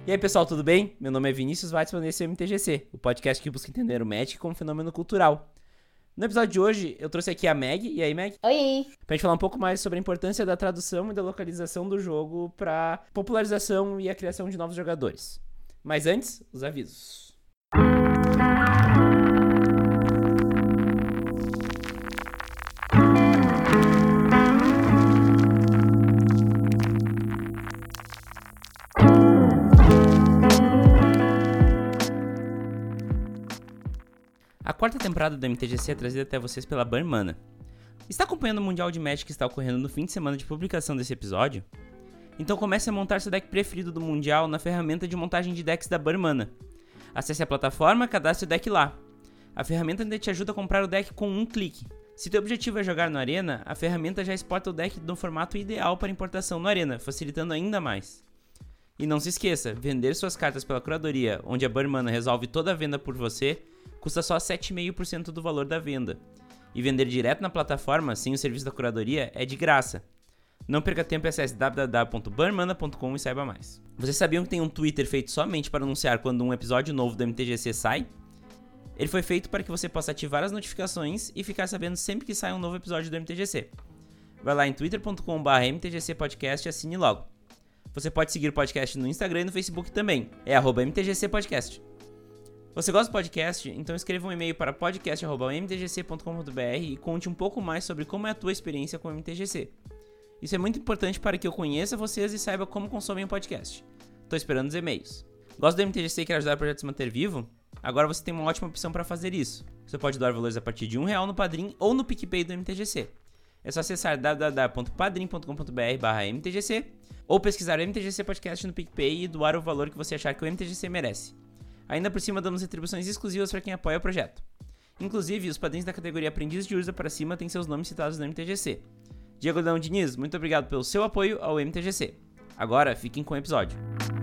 E aí, pessoal, tudo bem? Meu nome é Vinícius Weitzman e esse é o MTGC, o podcast que busca entender o Magic como fenômeno cultural. No episódio de hoje, eu trouxe aqui a Meg. E aí, Meg? Oi! Pra gente falar um pouco mais sobre a importância da tradução e da localização do jogo pra popularização e a criação de novos jogadores. Mas antes, os avisos. A quarta temporada do MTGC é trazida até vocês pela Burn Mana. Está acompanhando o Mundial de Magic que está ocorrendo no fim de semana de publicação desse episódio? Então comece a montar seu deck preferido do Mundial na ferramenta de montagem de decks da Burn Mana. Acesse a plataforma, cadastre o deck lá. A ferramenta ainda te ajuda a comprar o deck com um clique. Se teu objetivo é jogar no Arena, a ferramenta já exporta o deck no formato ideal para importação no Arena, facilitando ainda mais. E não se esqueça, vender suas cartas pela curadoria, onde a Burn Mana resolve toda a venda por você, custa só 7,5% do valor da venda. E vender direto na plataforma, sem o serviço da curadoria, é de graça. Não perca tempo e acesse www.burnmana.com e saiba mais. Vocês sabiam que tem um Twitter feito somente para anunciar quando um episódio novo do MTGC sai? Ele foi feito para que você possa ativar as notificações e ficar sabendo sempre que sai um novo episódio do MTGC. Vai lá em twitter.com/mtgcpodcast e assine logo. Você pode seguir o podcast no Instagram e no Facebook também, é @mtgcpodcast. Você gosta do podcast? Então escreva um e-mail para podcast@mtgc.com.br e conte um pouco mais sobre como é a tua experiência com o MTGC. Isso é muito importante para que eu conheça vocês e saiba como consomem o podcast. Tô esperando os e-mails. Gosta do MTGC e quer ajudar o projeto a se manter vivo? Agora você tem uma ótima opção para fazer isso. Você pode doar valores a partir de R$1 no Padrim ou no PicPay do MTGC. É só acessar www.padrim.com.br/mtgc ou pesquisar o MTGC Podcast no PicPay e doar o valor que você achar que o MTGC merece. Ainda por cima damos retribuições exclusivas para quem apoia o projeto. Inclusive, os padrinhos da categoria Aprendiz de Urza para cima têm seus nomes citados no MTGC. Diego Leão Diniz, muito obrigado pelo seu apoio ao MTGC. Agora, fiquem com o episódio.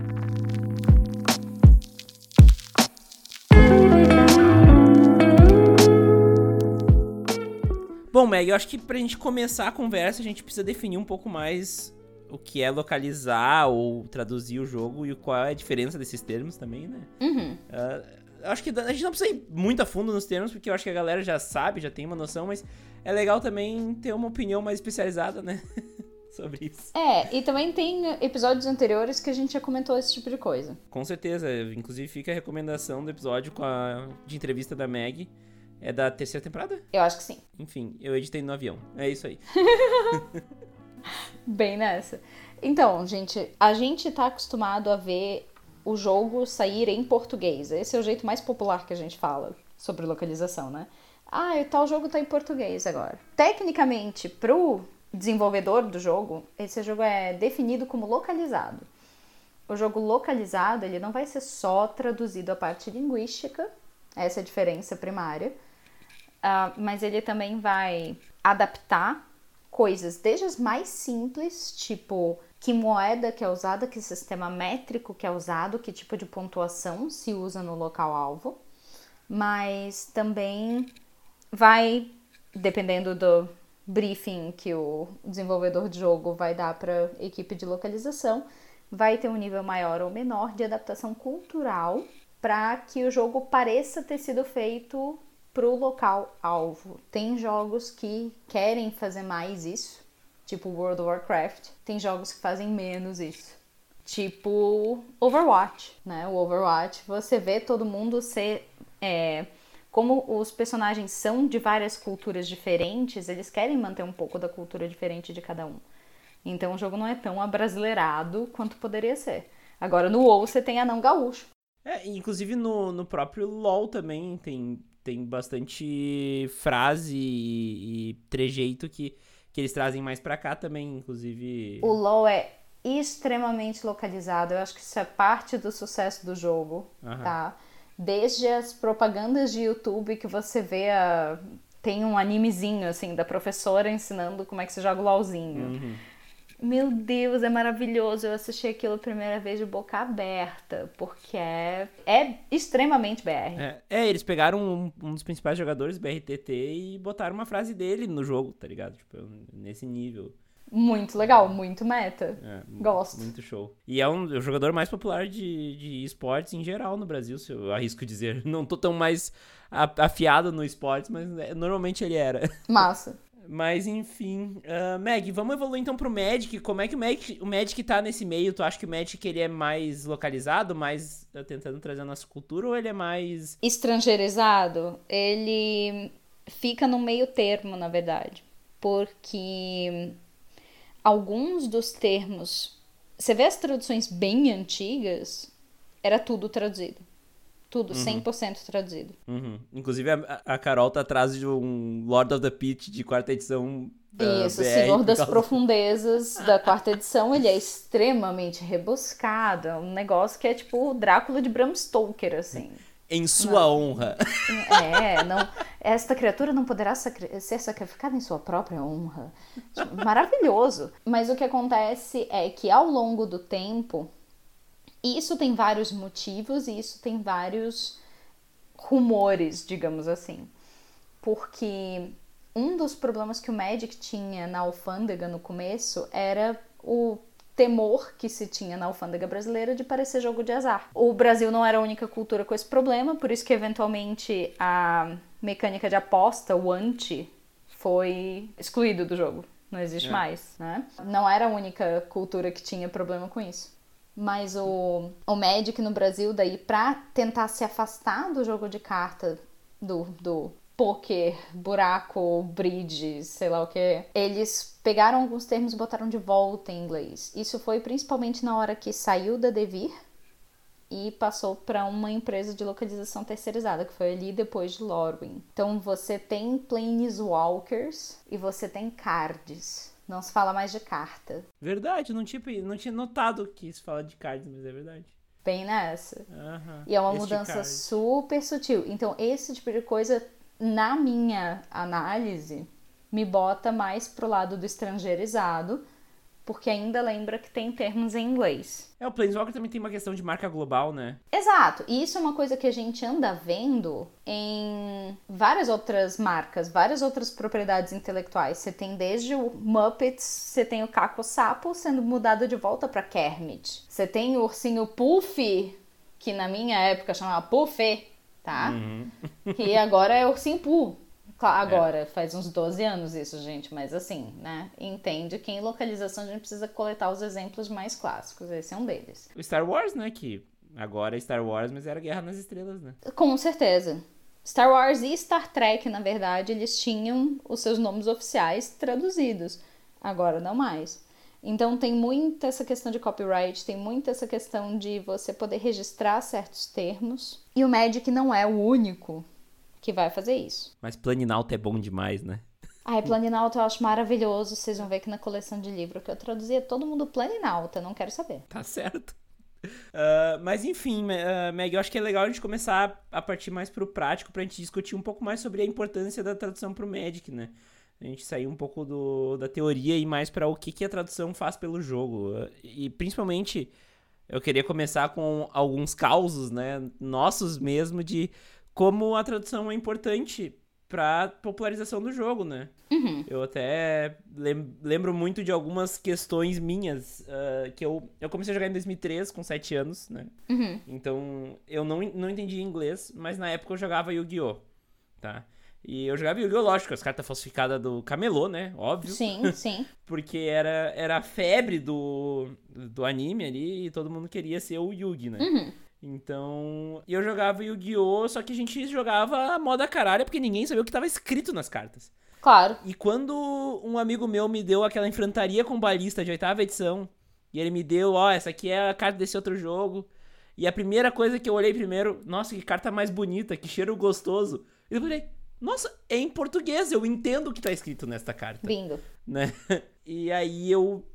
Bom, Meg, eu acho que pra gente começar a conversa, a gente precisa definir um pouco mais o que é localizar ou traduzir o jogo e qual é a diferença desses termos também, né? Uhum. Acho que a gente não precisa ir muito a fundo nos termos, porque eu acho que a galera já sabe, já tem uma noção, mas é legal também ter uma opinião mais especializada, né? Sobre isso. E também tem episódios anteriores que a gente já comentou esse tipo de coisa. Com certeza, inclusive fica a recomendação do episódio de entrevista da Meg. É da terceira temporada? Eu acho que sim. Enfim, eu editei no avião. É isso aí. Bem nessa. Então, gente, a gente tá acostumado a ver o jogo sair em português. Esse é o jeito mais popular que a gente fala sobre localização, né? E tal jogo tá em português agora. Tecnicamente, pro desenvolvedor do jogo, esse jogo é definido como localizado. O jogo localizado, ele não vai ser só traduzido a parte linguística, essa é a diferença primária, mas ele também vai adaptar coisas desde as mais simples, tipo que moeda que é usada, que sistema métrico que é usado, que tipo de pontuação se usa no local-alvo, mas também vai, dependendo do briefing que o desenvolvedor de jogo vai dar para a equipe de localização, vai ter um nível maior ou menor de adaptação cultural para que o jogo pareça ter sido feito para o local-alvo. Tem jogos que querem fazer mais isso, tipo World of Warcraft. Tem jogos que fazem menos isso, tipo Overwatch, né? O Overwatch, você vê todo mundo ser... como os personagens são de várias culturas diferentes, eles querem manter um pouco da cultura diferente de cada um. Então o jogo não é tão abrasileirado quanto poderia ser. Agora no WoW você tem anão gaúcho. Inclusive no próprio LoL também tem bastante frase e trejeito que eles trazem mais pra cá também, inclusive... O LoL é extremamente localizado, eu acho que isso é parte do sucesso do jogo, tá? Desde as propagandas de YouTube que você vê, tem um animezinho, assim, da professora ensinando como é que se joga o LoLzinho. Uhum. Meu Deus, é maravilhoso. Eu assisti aquilo a primeira vez de boca aberta, porque é extremamente BR. Eles pegaram um dos principais jogadores, BRTT, e botaram uma frase dele no jogo, tá ligado? Tipo, nesse nível. Muito legal, muito meta. Gosto. Muito show. E é o jogador mais popular de esportes em geral no Brasil, se eu arrisco dizer. Não tô tão mais afiado no esportes, mas normalmente ele era. Massa. Mas, enfim. Meg, vamos evoluir então pro Magic. Como é que o Magic tá nesse meio? Tu acha que o Magic ele é mais localizado, mais tentando trazer a nossa cultura, ou ele é mais... Estrangeirizado, ele fica no meio termo, na verdade. Porque alguns dos termos... Você vê as traduções bem antigas, era tudo traduzido. Tudo, 100% traduzido. Uhum. Inclusive, a Carol tá atrás de um Lord of the Pit de quarta edição da Isso, BR, Senhor das Profundezas da quarta edição, ele é extremamente rebuscado. É um negócio que é tipo o Drácula de Bram Stoker, assim. Em sua honra. Não. Esta criatura não poderá ser sacrificada em sua própria honra. Maravilhoso. Mas o que acontece é que ao longo do tempo, e isso tem vários motivos e isso tem vários rumores, digamos assim. Porque um dos problemas que o Magic tinha na alfândega no começo era o temor que se tinha na alfândega brasileira de parecer jogo de azar. O Brasil não era a única cultura com esse problema, por isso que eventualmente a mecânica de aposta, o ante, foi excluído do jogo. Não existe mais, né? Não era a única cultura que tinha problema com isso. Mas o Magic no Brasil, daí, pra tentar se afastar do jogo de carta, do poker, buraco, bridge, sei lá o que, eles pegaram alguns termos e botaram de volta em inglês. Isso foi principalmente na hora que saiu da Devir e passou para uma empresa de localização terceirizada, que foi ali depois de Lorwyn. Então você tem Planeswalkers e você tem cards. Não se fala mais de carta. Verdade, não tinha notado que se fala de cards, mas é verdade. Bem nessa. Uhum. E é uma mudança super sutil. Então, esse tipo de coisa, na minha análise, me bota mais pro lado do estrangeirizado, porque ainda lembra que tem termos em inglês. O Planeswalker também tem uma questão de marca global, né? Exato. E isso é uma coisa que a gente anda vendo em várias outras marcas, várias outras propriedades intelectuais. Você tem desde o Muppets, você tem o Caco Sapo sendo mudado de volta para Kermit. Você tem o ursinho Puff, que na minha época chamava Puff, tá? E agora é ursinho Pooh. Agora, faz uns 12 anos isso, gente, mas assim, né? Entende que em localização a gente precisa coletar os exemplos mais clássicos, esse é um deles. O Star Wars, né, que agora é Star Wars, mas era Guerra nas Estrelas, né? Com certeza. Star Wars e Star Trek, na verdade, eles tinham os seus nomes oficiais traduzidos, agora não mais. Então tem muita essa questão de copyright, tem muita essa questão de você poder registrar certos termos, e o Magic não é o único que vai fazer isso. Mas Planinauta é bom demais, né? Ai, Planinauta eu acho maravilhoso. Vocês vão ver que na coleção de livro que eu traduzia todo mundo Planinauta, não quero saber. Tá certo. Mas enfim, Meg, eu acho que é legal a gente começar a partir mais pro prático pra gente discutir um pouco mais sobre a importância da tradução pro Magic, né? A gente sair um pouco da teoria e mais pra o que a tradução faz pelo jogo. E principalmente, eu queria começar com alguns causos, né? Nossos mesmo, de como a tradução é importante pra popularização do jogo, né? Eu até lembro muito de algumas questões minhas, que eu comecei a jogar em 2003, com 7 anos, né? Então, eu não entendia inglês, mas na época eu jogava Yu-Gi-Oh! Tá? E eu jogava Yu-Gi-Oh! Lógico, as cartas falsificadas do camelô, né? Óbvio. Sim, sim. Porque era a febre do anime ali e todo mundo queria ser o Yugi, né? Então, eu jogava Yu-Gi-Oh! Só que a gente jogava a moda caralho, porque ninguém sabia o que estava escrito nas cartas. Claro. E quando um amigo meu me deu aquela enfrentaria com balista de 8ª edição, e ele me deu, essa aqui é a carta desse outro jogo, e a primeira coisa que eu olhei primeiro, nossa, que carta mais bonita, que cheiro gostoso. E eu falei, nossa, é em português, eu entendo o que tá escrito nesta carta. Bingo. Né? E aí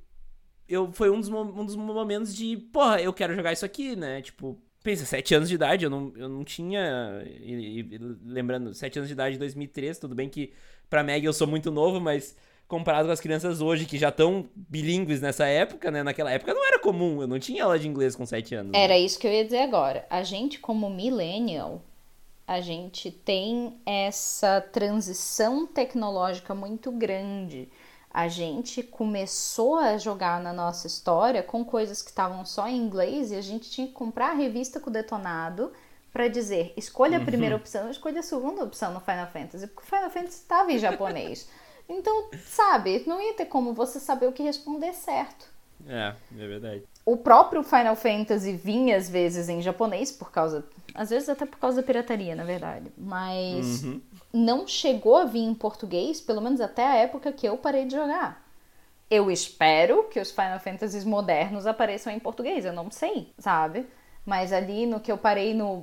foi um dos momentos de, porra, eu quero jogar isso aqui, né? Tipo, pensa, 7 anos de idade, eu não tinha... lembrando, 7 anos de idade de 2003, tudo bem que pra Meg eu sou muito novo, mas comparado com as crianças hoje que já estão bilíngues nessa época, né? Naquela época não era comum, eu não tinha aula de inglês com 7 anos. Era isso que eu ia dizer agora. A gente, como millennial, a gente tem essa transição tecnológica muito grande. A gente começou a jogar na nossa história com coisas que estavam só em inglês e a gente tinha que comprar a revista com o detonado pra dizer, escolha a primeira opção, escolha a segunda opção no Final Fantasy, porque o Final Fantasy estava em japonês. Então, sabe, não ia ter como você saber o que responder certo. É verdade. O próprio Final Fantasy vinha às vezes em japonês por causa, às vezes até por causa da pirataria, na verdade, mas não chegou a vir em português, pelo menos até a época que eu parei de jogar. Eu espero que os Final Fantasies modernos apareçam em português, eu não sei, sabe? Mas ali no que eu parei no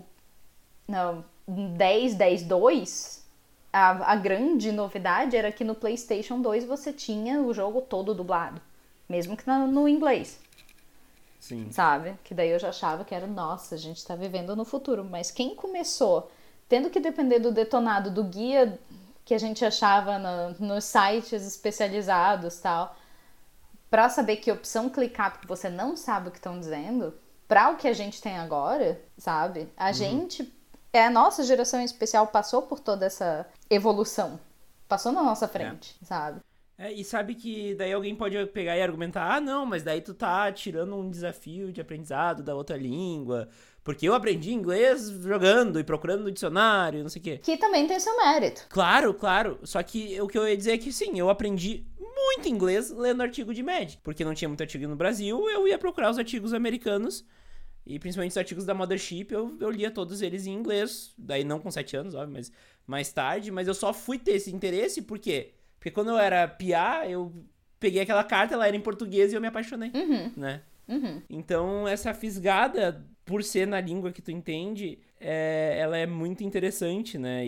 10.2, a grande novidade era que no PlayStation 2 você tinha o jogo todo dublado, mesmo que no inglês. Sim. Sabe? Que daí eu já achava que era, nossa, a gente tá vivendo no futuro. Mas quem começou tendo que depender do detonado, do guia que a gente achava nos sites especializados e tal, pra saber que opção clicar, porque você não sabe o que estão dizendo, pra o que a gente tem agora, sabe? A gente, a nossa geração em especial passou por toda essa evolução. Passou na nossa frente, sabe? E sabe que daí alguém pode pegar e argumentar, não, mas daí tu tá tirando um desafio de aprendizado da outra língua, porque eu aprendi inglês jogando e procurando no dicionário, não sei o quê. Que também tem seu mérito. Claro, só que o que eu ia dizer é que sim, eu aprendi muito inglês lendo artigo de Magic, porque não tinha muito artigo no Brasil, eu ia procurar os artigos americanos, e principalmente os artigos da Mothership, eu lia todos eles em inglês, daí não com 7 anos, óbvio, mas mais tarde, mas eu só fui ter esse interesse porque quando eu era piá, eu peguei aquela carta, ela era em português e eu me apaixonei, né? Então, essa fisgada, por ser na língua que tu entende, ela é muito interessante, né?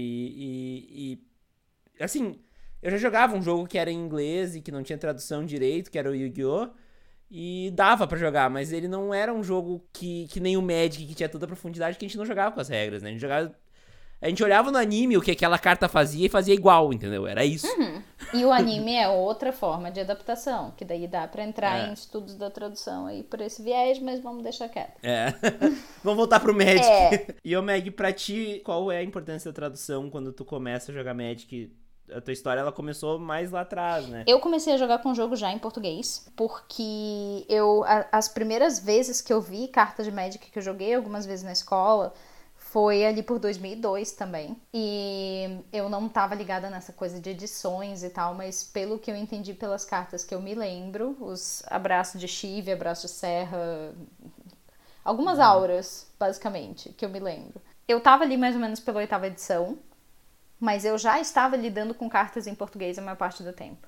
E assim, eu já jogava um jogo que era em inglês e que não tinha tradução direito, que era o Yu-Gi-Oh! E dava pra jogar, mas ele não era um jogo que nem o Magic, que tinha toda a profundidade, que a gente não jogava com as regras, né? A gente olhava no anime o que aquela carta fazia e fazia igual, entendeu? Era isso. E o anime é outra forma de adaptação, que daí dá pra entrar em estudos da tradução aí por esse viés, mas vamos deixar quieto. Vamos voltar pro Magic. E, Meg, pra ti, qual é a importância da tradução quando tu começa a jogar Magic? A tua história, ela começou mais lá atrás, né? Eu comecei a jogar com o jogo já em português, porque as primeiras vezes que eu vi cartas de Magic que eu joguei algumas vezes na escola, foi ali por 2002 também. E eu não tava ligada nessa coisa de edições e tal, mas pelo que eu entendi pelas cartas que eu me lembro, os abraços de Chive, abraço de Serra, algumas auras, basicamente, que eu me lembro. Eu tava ali mais ou menos pela 8ª edição, mas eu já estava lidando com cartas em português a maior parte do tempo.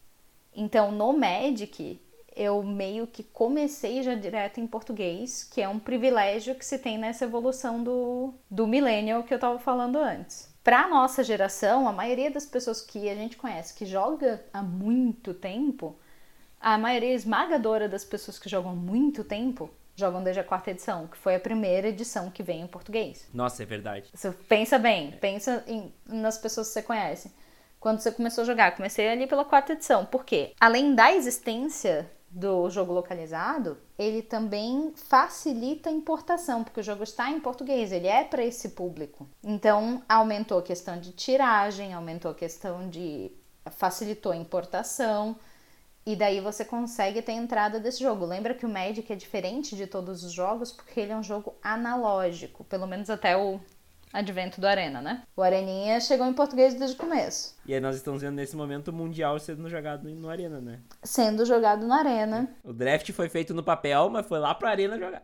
Então, no Magic, eu meio que comecei já direto em português, que é um privilégio que se tem nessa evolução do millennial que eu tava falando antes. Pra nossa geração, a maioria das pessoas que a gente conhece que joga há muito tempo, a maioria esmagadora das pessoas que jogam há muito tempo, jogam desde a 4ª edição, que foi a primeira edição que veio em português. Nossa, é verdade. Você pensa bem, pensa nas pessoas que você conhece. Quando você começou a jogar, comecei ali pela 4ª edição. Por quê? Além da existência do jogo localizado, ele também facilita a importação, porque o jogo está em português, ele é para esse público. Então, aumentou a questão de tiragem, aumentou a questão de... facilitou a importação, e daí você consegue ter entrada desse jogo. Lembra que o Magic é diferente de todos os jogos, porque ele é um jogo analógico, pelo menos até o advento do Arena, né? O Areninha chegou em português desde o começo. E aí nós estamos vendo nesse momento o Mundial sendo jogado no Arena, né? Sendo jogado na Arena. O draft foi feito no papel, mas foi lá pra Arena jogar.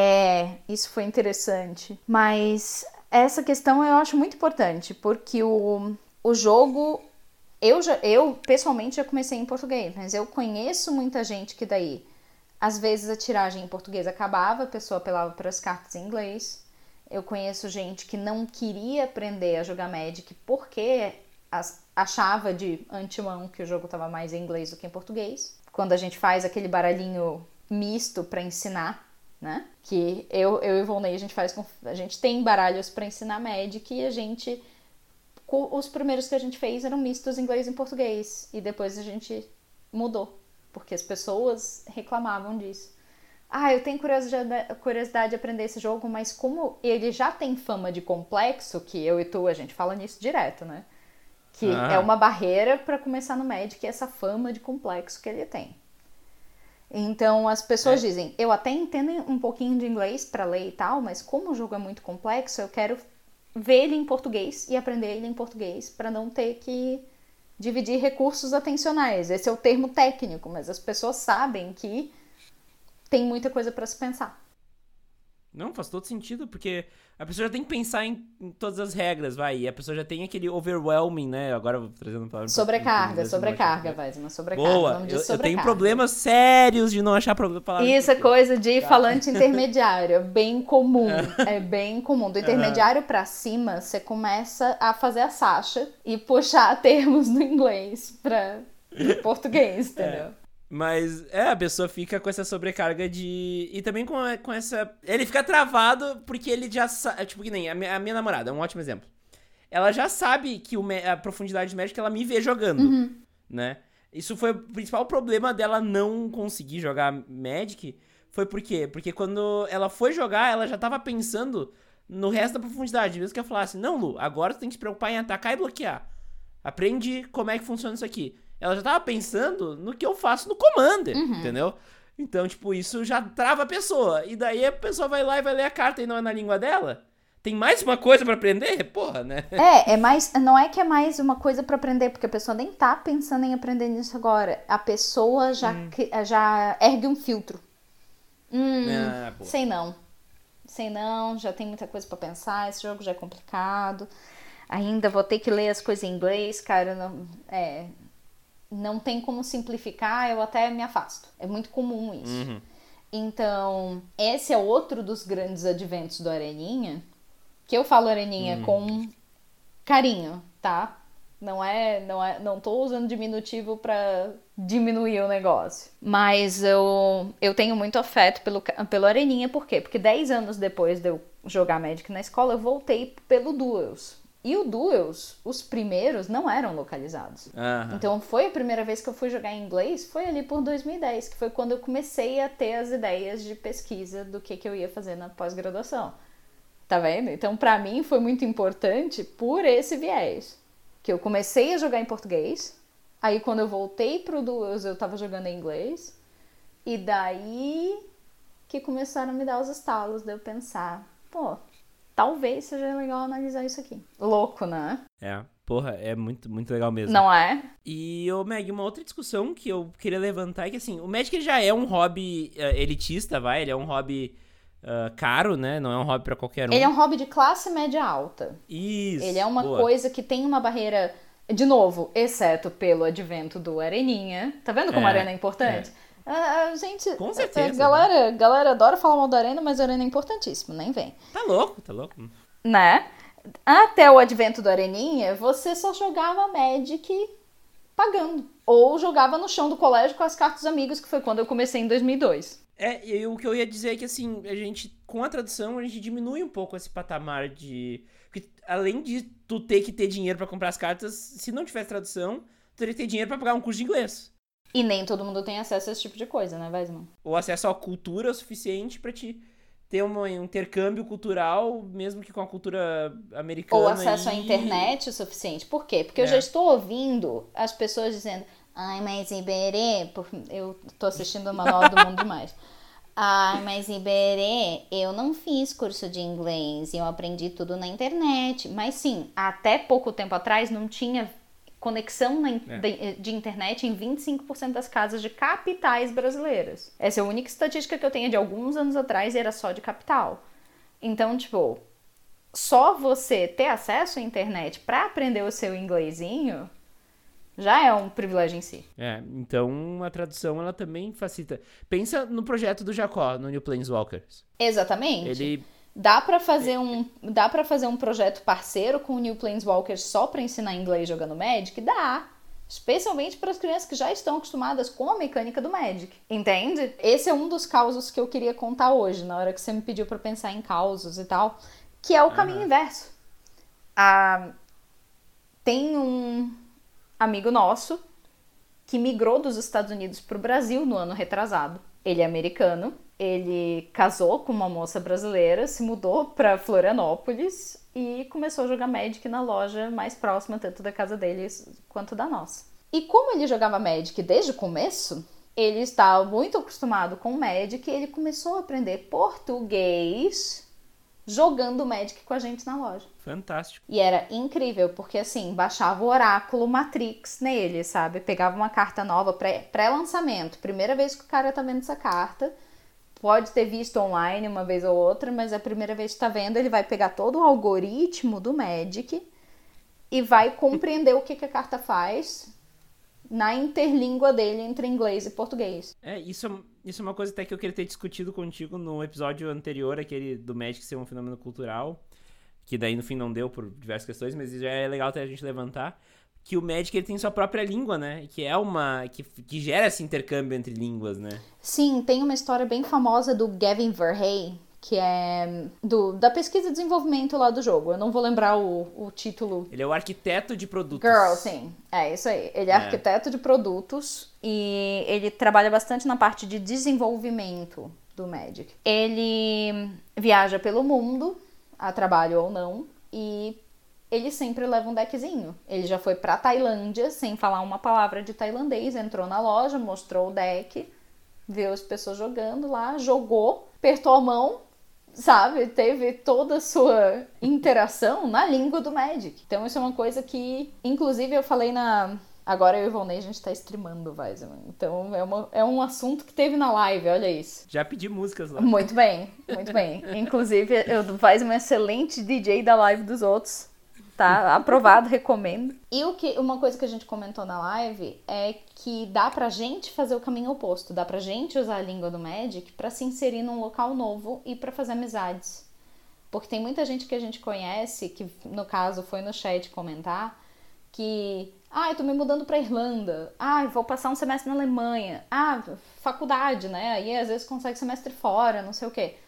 Isso foi interessante. Mas essa questão eu acho muito importante, porque o jogo... Eu pessoalmente já comecei em português, mas eu conheço muita gente que daí, às vezes a tiragem em português acabava, a pessoa apelava para as cartas em inglês. Eu conheço gente que não queria aprender a jogar Magic porque achava de antemão que o jogo estava mais em inglês do que em português. Quando a gente faz aquele baralhinho misto para ensinar, né? Que eu e o Volney, a gente tem baralhos para ensinar Magic e os primeiros que a gente fez eram mistos inglês e português. E depois a gente mudou, porque as pessoas reclamavam disso. Eu tenho curiosidade de aprender esse jogo, mas como ele já tem fama de complexo, que eu e tu, a gente fala nisso direto, né? Que é uma barreira para começar no Magic, essa fama de complexo que ele tem. Então as pessoas dizem, eu até entendo um pouquinho de inglês para ler e tal, mas como o jogo é muito complexo, eu quero ver ele em português e aprender ele em português para não ter que dividir recursos atencionais. Esse é o termo técnico, mas as pessoas sabem que tem muita coisa para se pensar. Não, faz todo sentido, porque a pessoa já tem que pensar em todas as regras, vai, e a pessoa já tem aquele overwhelming, né? Agora eu vou trazendo uma palavra... Sobrecarga, vai, uma sobrecarga. Boa, eu tenho problemas sérios de não achar palavra. Isso é coisa de falante intermediário, é bem comum, é bem comum. Do intermediário pra cima, você começa a fazer a Sasha e puxar termos no inglês pra português, entendeu? Mas, a pessoa fica com essa sobrecarga de... E também com essa... Ele fica travado porque ele já sabe... Tipo, que nem a minha namorada, é um ótimo exemplo. Ela já sabe que a profundidade de Magic, ela me vê jogando, né? Isso foi o principal problema dela não conseguir jogar Magic. Foi por quê? Porque quando ela foi jogar, ela já tava pensando no resto da profundidade. Mesmo que ela falasse, não, Lu, agora tu tem que se preocupar em atacar e bloquear. Aprende como é que funciona isso aqui. Ela já tava pensando no que eu faço no Commander, entendeu? Então, tipo, isso já trava a pessoa. E daí a pessoa vai lá e vai ler a carta e não é na língua dela. Tem mais uma coisa pra aprender? Porra, né? Não é que é mais uma coisa pra aprender, porque a pessoa nem tá pensando em aprender nisso agora. A pessoa já ergue um filtro. Sei não, já tem muita coisa pra pensar, esse jogo já é complicado. Ainda vou ter que ler as coisas em inglês, cara, não tem como simplificar, eu até me afasto. É muito comum isso. Então, esse é outro dos grandes adventos do Areninha, que eu falo Areninha com carinho, tá? Não tô usando diminutivo pra diminuir o negócio. Mas eu tenho muito afeto pelo Areninha, por quê? Porque 10 anos depois de eu jogar Magic na escola, eu voltei pelo Duels. E o Duels, os primeiros, não eram localizados. Então foi a primeira vez que eu fui jogar em inglês, foi ali por 2010, que foi quando eu comecei a ter as ideias de pesquisa do que eu ia fazer na pós-graduação. Tá vendo? Então pra mim foi muito importante por esse viés. Que eu comecei a jogar em português, aí quando eu voltei pro Duels eu tava jogando em inglês, e daí que começaram a me dar os estalos de eu pensar, talvez seja legal analisar isso aqui. Louco, né? Porra, é muito, muito legal mesmo. Não é? E, Meg, uma outra discussão que eu queria levantar é que, assim, o Magic ele já é um hobby elitista, ele é um hobby caro, né? Não é um hobby pra qualquer um. Ele é um hobby de classe média alta. Isso, ele é uma coisa que tem uma barreira, de novo, exceto pelo advento do Areninha. Tá vendo como a Arena é importante? Gente, com certeza. Galera adora falar mal da Arena, mas a Arena é importantíssimo, nem vem. Tá louco. Né? Até o advento do Areninha, você só jogava Magic pagando. Ou jogava no chão do colégio com as cartas dos amigos, que foi quando eu comecei em 2002. E o que eu ia dizer é que, assim, a gente, com a tradução, a gente diminui um pouco esse patamar de... Porque, além de tu ter que ter dinheiro pra comprar as cartas, se não tivesse tradução, tu teria que ter dinheiro pra pagar um curso de inglês. E nem todo mundo tem acesso a esse tipo de coisa, né, Weisman? Ou acesso à cultura o suficiente pra te ter um intercâmbio cultural, mesmo que com a cultura americana. Ou acesso à internet o suficiente. Por quê? Porque eu já estou ouvindo as pessoas dizendo, ai, mas Iberê... Eu tô assistindo o Manual do Mundo demais. Ai, mas Iberê, eu não fiz curso de inglês, eu aprendi tudo na internet. Mas sim, até pouco tempo atrás não tinha conexão de internet em 25% das casas de capitais brasileiras. Essa é a única estatística que eu tenho de alguns anos atrás e era só de capital. Então, tipo, só você ter acesso à internet para aprender o seu inglesinho já é um privilégio em si. Então a tradução ela também facilita. Pensa no projeto do Jacó, no New Planeswalkers. Exatamente. Dá pra fazer um projeto parceiro com o New Planeswalkers só pra ensinar inglês jogando Magic? Dá. Especialmente para as crianças que já estão acostumadas com a mecânica do Magic. Entende? Esse é um dos causos que eu queria contar hoje, na hora que você me pediu pra pensar em causos e tal, que é o caminho inverso. Tem um amigo nosso que migrou dos Estados Unidos pro Brasil no ano retrasado. Ele é americano, ele casou com uma moça brasileira, se mudou pra Florianópolis e começou a jogar Magic na loja mais próxima, tanto da casa deles quanto da nossa. E como ele jogava Magic desde o começo, ele estava muito acostumado com Magic e ele começou a aprender português jogando Magic com a gente na loja. Fantástico. E era incrível, porque assim, baixava o Oráculo Matrix nele, sabe? Pegava uma carta nova, pré-lançamento. Primeira vez que o cara tá vendo essa carta. Pode ter visto online uma vez ou outra, mas é a primeira vez que tá vendo, ele vai pegar todo o algoritmo do Magic e vai compreender o que a carta faz na interlíngua dele entre inglês e português. Isso é uma coisa até que eu queria ter discutido contigo no episódio anterior, aquele do Magic ser um fenômeno cultural, que daí no fim não deu por diversas questões, mas já é legal até a gente levantar, que o Magic ele tem sua própria língua, né? Que é que gera esse intercâmbio entre línguas, né? Sim, tem uma história bem famosa do Gavin Verhey, que é da pesquisa e desenvolvimento lá do jogo. Eu não vou lembrar o título. Ele é o arquiteto de produtos. Girl, sim. É isso aí. Ele é arquiteto de produtos e ele trabalha bastante na parte de desenvolvimento do Magic. Ele viaja pelo mundo, a trabalho ou não, e ele sempre leva um deckzinho. Ele já foi pra Tailândia sem falar uma palavra de tailandês, entrou na loja, mostrou o deck, viu as pessoas jogando lá, jogou, apertou a mão, sabe? Teve toda a sua interação na língua do Magic. Então isso é uma coisa que, inclusive, eu falei Agora eu e o Ivonei, a gente tá streamando o Wiseman. Então é um assunto que teve na live, olha isso. Já pedi músicas lá. Muito bem, muito bem. Inclusive, o Wiseman é um excelente DJ da live dos outros. Tá? Aprovado, recomendo. E uma coisa que a gente comentou na live é que dá pra gente fazer o caminho oposto. Dá pra gente usar a língua do Magic pra se inserir num local novo e pra fazer amizades. Porque tem muita gente que a gente conhece, que no caso foi no chat comentar, que... eu tô me mudando pra Irlanda. Vou passar um semestre na Alemanha. Faculdade, né? Aí às vezes consegue semestre fora, não sei o quê.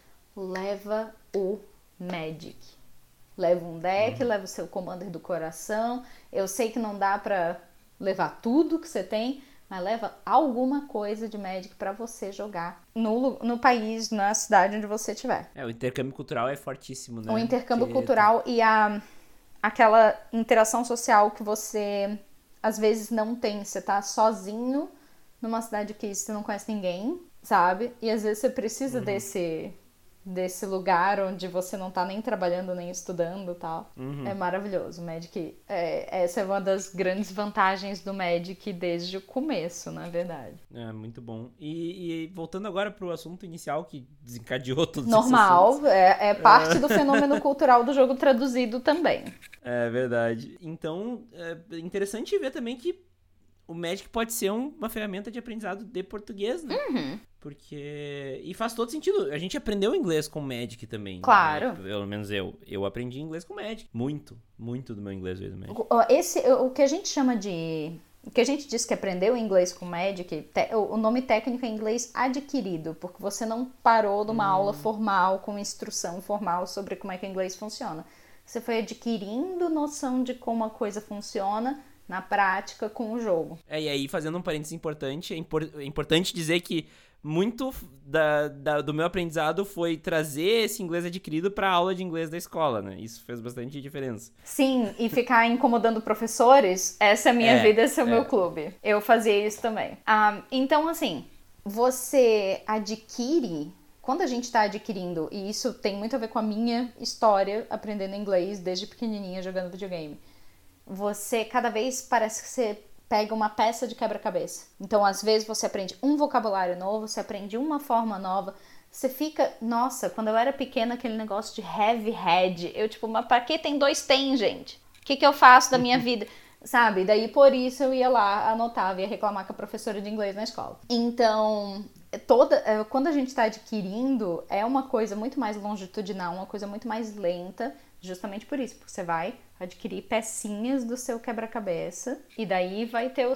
Leva o Magic. Leva um deck, leva o seu Commander do coração. Eu sei que não dá pra levar tudo que você tem, mas leva alguma coisa de Magic pra você jogar no país, na cidade onde você estiver. O intercâmbio cultural é fortíssimo, né? O intercâmbio cultural e aquela interação social que você às vezes não tem. Você tá sozinho numa cidade que você não conhece ninguém, sabe? E às vezes você precisa desse lugar onde você não tá nem trabalhando, nem estudando e tal. É maravilhoso. O Magic, essa é uma das grandes vantagens do Magic desde o começo, na verdade. É, muito bom. E voltando agora pro assunto inicial que desencadeou tudo normal, é parte do fenômeno cultural do jogo traduzido também. É verdade. Então, é interessante ver também que o Magic pode ser uma ferramenta de aprendizado de português, né? Porque... E faz todo sentido. A gente aprendeu inglês com Magic também. Claro. Né? Pelo menos eu. Eu aprendi inglês com Magic. Muito, muito do meu inglês veio do Magic. O que a gente chama de... O que a gente diz que aprendeu inglês com Magic, o nome técnico é inglês adquirido, porque você não parou numa aula formal, com instrução formal sobre como é que o inglês funciona. Você foi adquirindo noção de como a coisa funciona na prática com o jogo. E aí, fazendo um parênteses importante, é importante dizer que muito do meu aprendizado foi trazer esse inglês adquirido para a aula de inglês da escola, né? Isso fez bastante diferença. Sim, e ficar incomodando professores, essa é a minha vida, esse é o meu clube. Eu fazia isso também. Então, assim, você adquire... Quando a gente está adquirindo, e isso tem muito a ver com a minha história aprendendo inglês desde pequenininha jogando videogame, você cada vez parece que você pega uma peça de quebra-cabeça. Então, às vezes, você aprende um vocabulário novo, você aprende uma forma nova, você fica... Nossa, quando eu era pequena, aquele negócio de heavy head, eu tipo, mas pra que tem 2 tem, gente? O que eu faço da minha vida? Sabe? Daí, por isso, eu ia lá, anotava, ia reclamar com a professora de inglês na escola. Então... quando a gente está adquirindo, é uma coisa muito mais longitudinal, uma coisa muito mais lenta, justamente por isso, porque você vai adquirir pecinhas do seu quebra-cabeça e daí vai ter a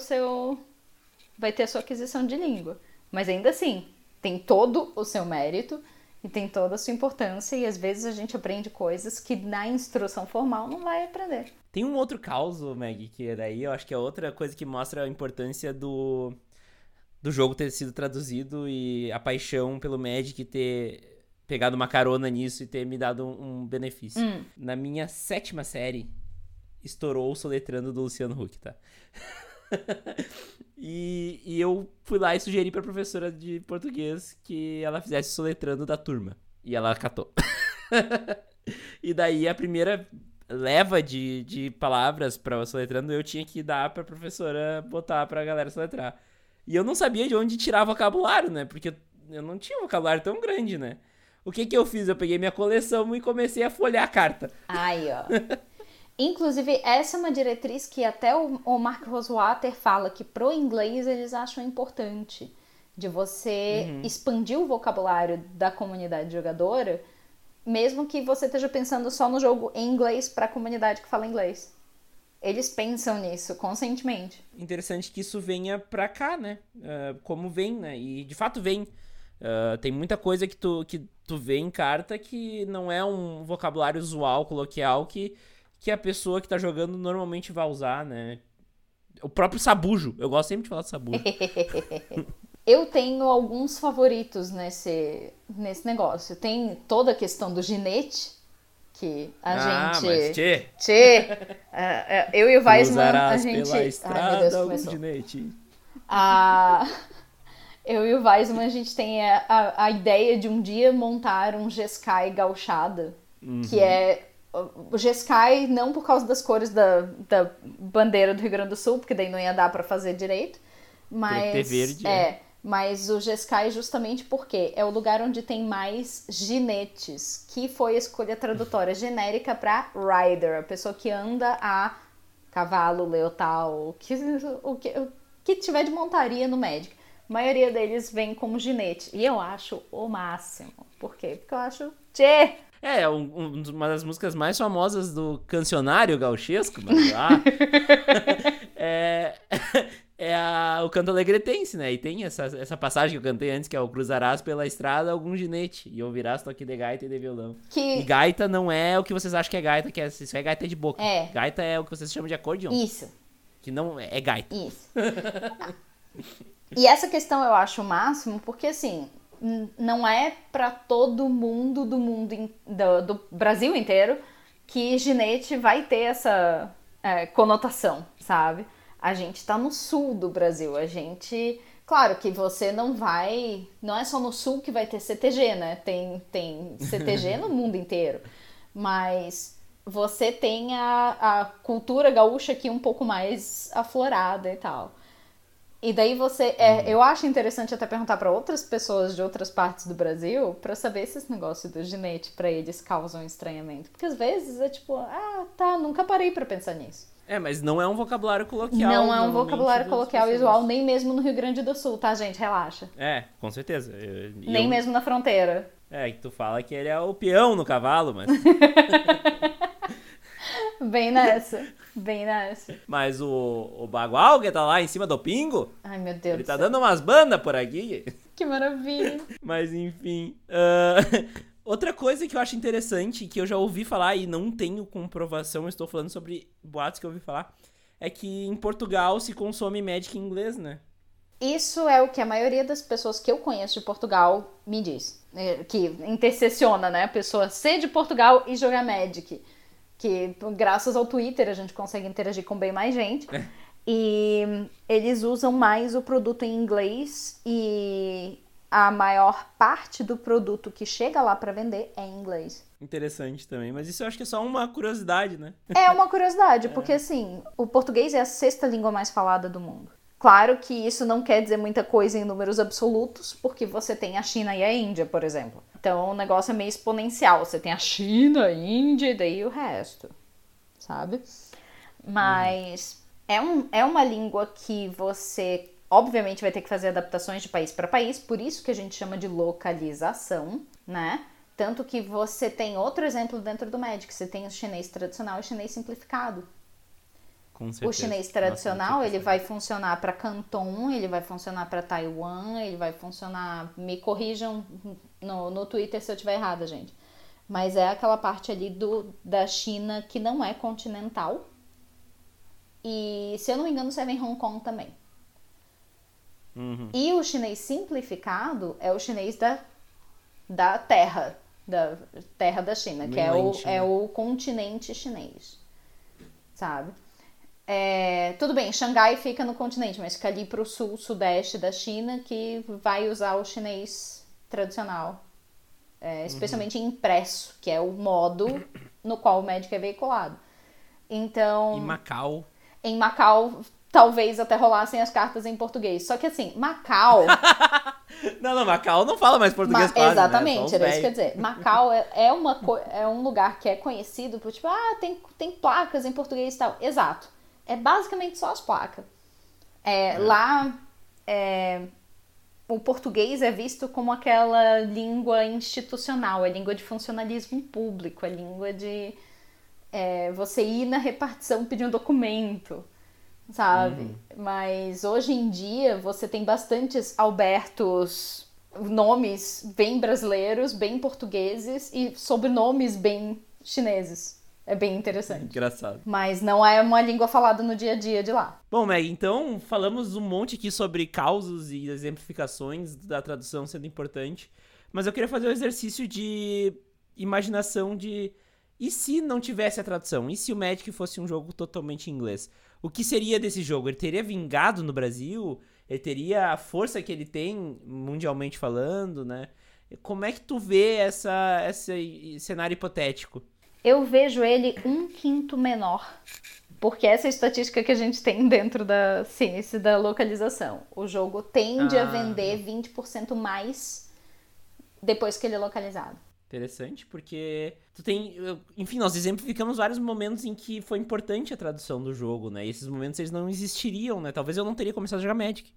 sua aquisição de língua. Mas ainda assim, tem todo o seu mérito e tem toda a sua importância e às vezes a gente aprende coisas que na instrução formal não vai aprender. Tem um outro caso, Maggie, que daí eu acho que é outra coisa que mostra a importância do jogo ter sido traduzido e a paixão pelo Magic ter pegado uma carona nisso e ter me dado um benefício. Na minha 7ª série, estourou o Soletrando do Luciano Huck, tá? E eu fui lá e sugeri pra professora de português que ela fizesse o Soletrando da turma. E ela acatou. E daí a primeira leva de palavras pra Soletrando eu tinha que dar pra professora botar pra galera soletrar. E eu não sabia de onde tirar vocabulário, né? Porque eu não tinha um vocabulário tão grande, né? O que eu fiz? Eu peguei minha coleção e comecei a folhear a carta. Aí, ó. Inclusive, essa é uma diretriz que até o Mark Rosewater fala que pro inglês eles acham importante. De você expandir o vocabulário da comunidade jogadora, mesmo que você esteja pensando só no jogo em inglês pra comunidade que fala inglês. Eles pensam nisso conscientemente. Interessante que isso venha pra cá, né? Como vem, né? E de fato vem. Tem muita coisa que tu vê em carta que não é um vocabulário usual, coloquial, que a pessoa que tá jogando normalmente vai usar, né? O próprio sabujo. Eu gosto sempre de falar do sabujo. Eu tenho alguns favoritos nesse negócio. Tem toda a questão do ginete, que a gente... mas eu e o Weisman, a usarás gente... pela estrada Deus, algum começou. ginete. Eu e o Weisman, a gente tem a ideia de um dia montar um Jeskai gauchada, que é o Jeskai não por causa das cores da bandeira do Rio Grande do Sul, porque daí não ia dar pra fazer direito, mas ter verde, mas o Jeskai justamente porque é o lugar onde tem mais ginetes, que foi a escolha tradutória genérica pra rider, a pessoa que anda a cavalo, leotal, o que tiver de montaria no Magic. A maioria deles vem como ginete. E eu acho o máximo. Por quê? Porque eu acho... Uma das músicas mais famosas do cancionário gauchesco, mas o canto alegretense, né? E tem essa passagem que eu cantei antes, que é o cruzarás pela estrada algum ginete e ouvirás toque de gaita e de violão. E gaita não é o que vocês acham que é gaita, isso é gaita de boca. Gaita é o que vocês chamam de acordeon. Isso. Que não é gaita. Isso. E essa questão eu acho o máximo, porque assim, não é pra todo mundo do Brasil inteiro que ginete vai ter essa conotação, sabe? A gente tá no sul do Brasil, claro que você não é só no sul que vai ter CTG, né? Tem CTG no mundo inteiro, mas você tem a cultura gaúcha aqui um pouco mais aflorada e tal. E daí eu acho interessante até perguntar pra outras pessoas de outras partes do Brasil pra saber se esse negócio do ginete pra eles causam estranhamento. Porque às vezes é tipo, nunca parei pra pensar nisso. Mas não é um vocabulário coloquial. Não é um vocabulário coloquial usual, nem mesmo no Rio Grande do Sul, tá, gente? Relaxa. Com certeza. Nem mesmo na fronteira. Que tu fala que ele é o peão no cavalo, mas... Bem nessa. Mas o Bagual que tá lá em cima do pingo... Ai, meu Deus ele tá dando umas bandas por aqui. Que maravilha. Mas, enfim... Outra coisa que eu acho interessante, que eu já ouvi falar e não tenho comprovação, eu estou falando sobre boatos que eu ouvi falar, é que em Portugal se consome Magic em inglês, né? Isso é o que a maioria das pessoas que eu conheço de Portugal me diz. Que intercessiona, né? A pessoa ser de Portugal e jogar Magic. Que graças ao Twitter a gente consegue interagir com bem mais gente. E eles usam mais o produto em inglês e a maior parte do produto que chega lá pra vender é em inglês. Interessante também, mas isso eu acho que é só uma curiosidade, né? É uma curiosidade, porque assim, o português é a 6ª língua mais falada do mundo. Claro que isso não quer dizer muita coisa em números absolutos, porque você tem a China e a Índia, por exemplo. Então o negócio é meio exponencial. Você tem a China, a Índia e daí o resto, sabe? Mas é uma língua que você, obviamente, vai ter que fazer adaptações de país para país, por isso que a gente chama de localização, né? Tanto que você tem outro exemplo dentro do Magic. Você tem o chinês tradicional e o chinês simplificado. O chinês tradicional, ele vai funcionar para Canton, ele vai funcionar para Taiwan, ele vai funcionar... Me corrijam no Twitter se eu estiver errada, gente. Mas é aquela parte ali da China que não é continental. E, se eu não me engano, serve em Hong Kong também. E o chinês simplificado é o chinês da terra da China, que é o continente chinês, sabe? Tudo bem, Xangai fica no continente, mas fica ali pro sul, sudeste da China, que vai usar o chinês tradicional, especialmente impresso, que é o modo no qual o Magic é veiculado. Então, em Macau, talvez até rolassem as cartas em português. Só que assim, Macau... Não, Macau não fala mais português quase, exatamente, né? era isso que eu ia dizer. Macau é um lugar que é conhecido por tipo, tem placas em português e tal. Exato. É basicamente só as placas. Lá, o português é visto como aquela língua institucional, a língua de funcionalismo público, a língua de você ir na repartição pedir um documento, sabe? Mas hoje em dia você tem bastantes Albertos, nomes bem brasileiros, bem portugueses e sobrenomes bem chineses. É bem interessante. Engraçado. Mas não é uma língua falada no dia a dia de lá. Bom, Meg, então falamos um monte aqui sobre causos e exemplificações da tradução sendo importante, mas eu queria fazer um exercício de imaginação de... E se não tivesse a tradução? E se o Magic fosse um jogo totalmente em inglês? O que seria desse jogo? Ele teria vingado no Brasil? Ele teria a força que ele tem, mundialmente falando, né? Como é que tu vê esse cenário hipotético? Eu vejo ele 1/5 menor. Porque essa é a estatística que a gente tem dentro da ciência da localização. O jogo tende a vender 20% mais depois que ele é localizado. Interessante, porque tu tem... Enfim, nós exemplificamos vários momentos em que foi importante a tradução do jogo, né? E esses momentos eles não existiriam, né? Talvez eu não teria começado a jogar Magic.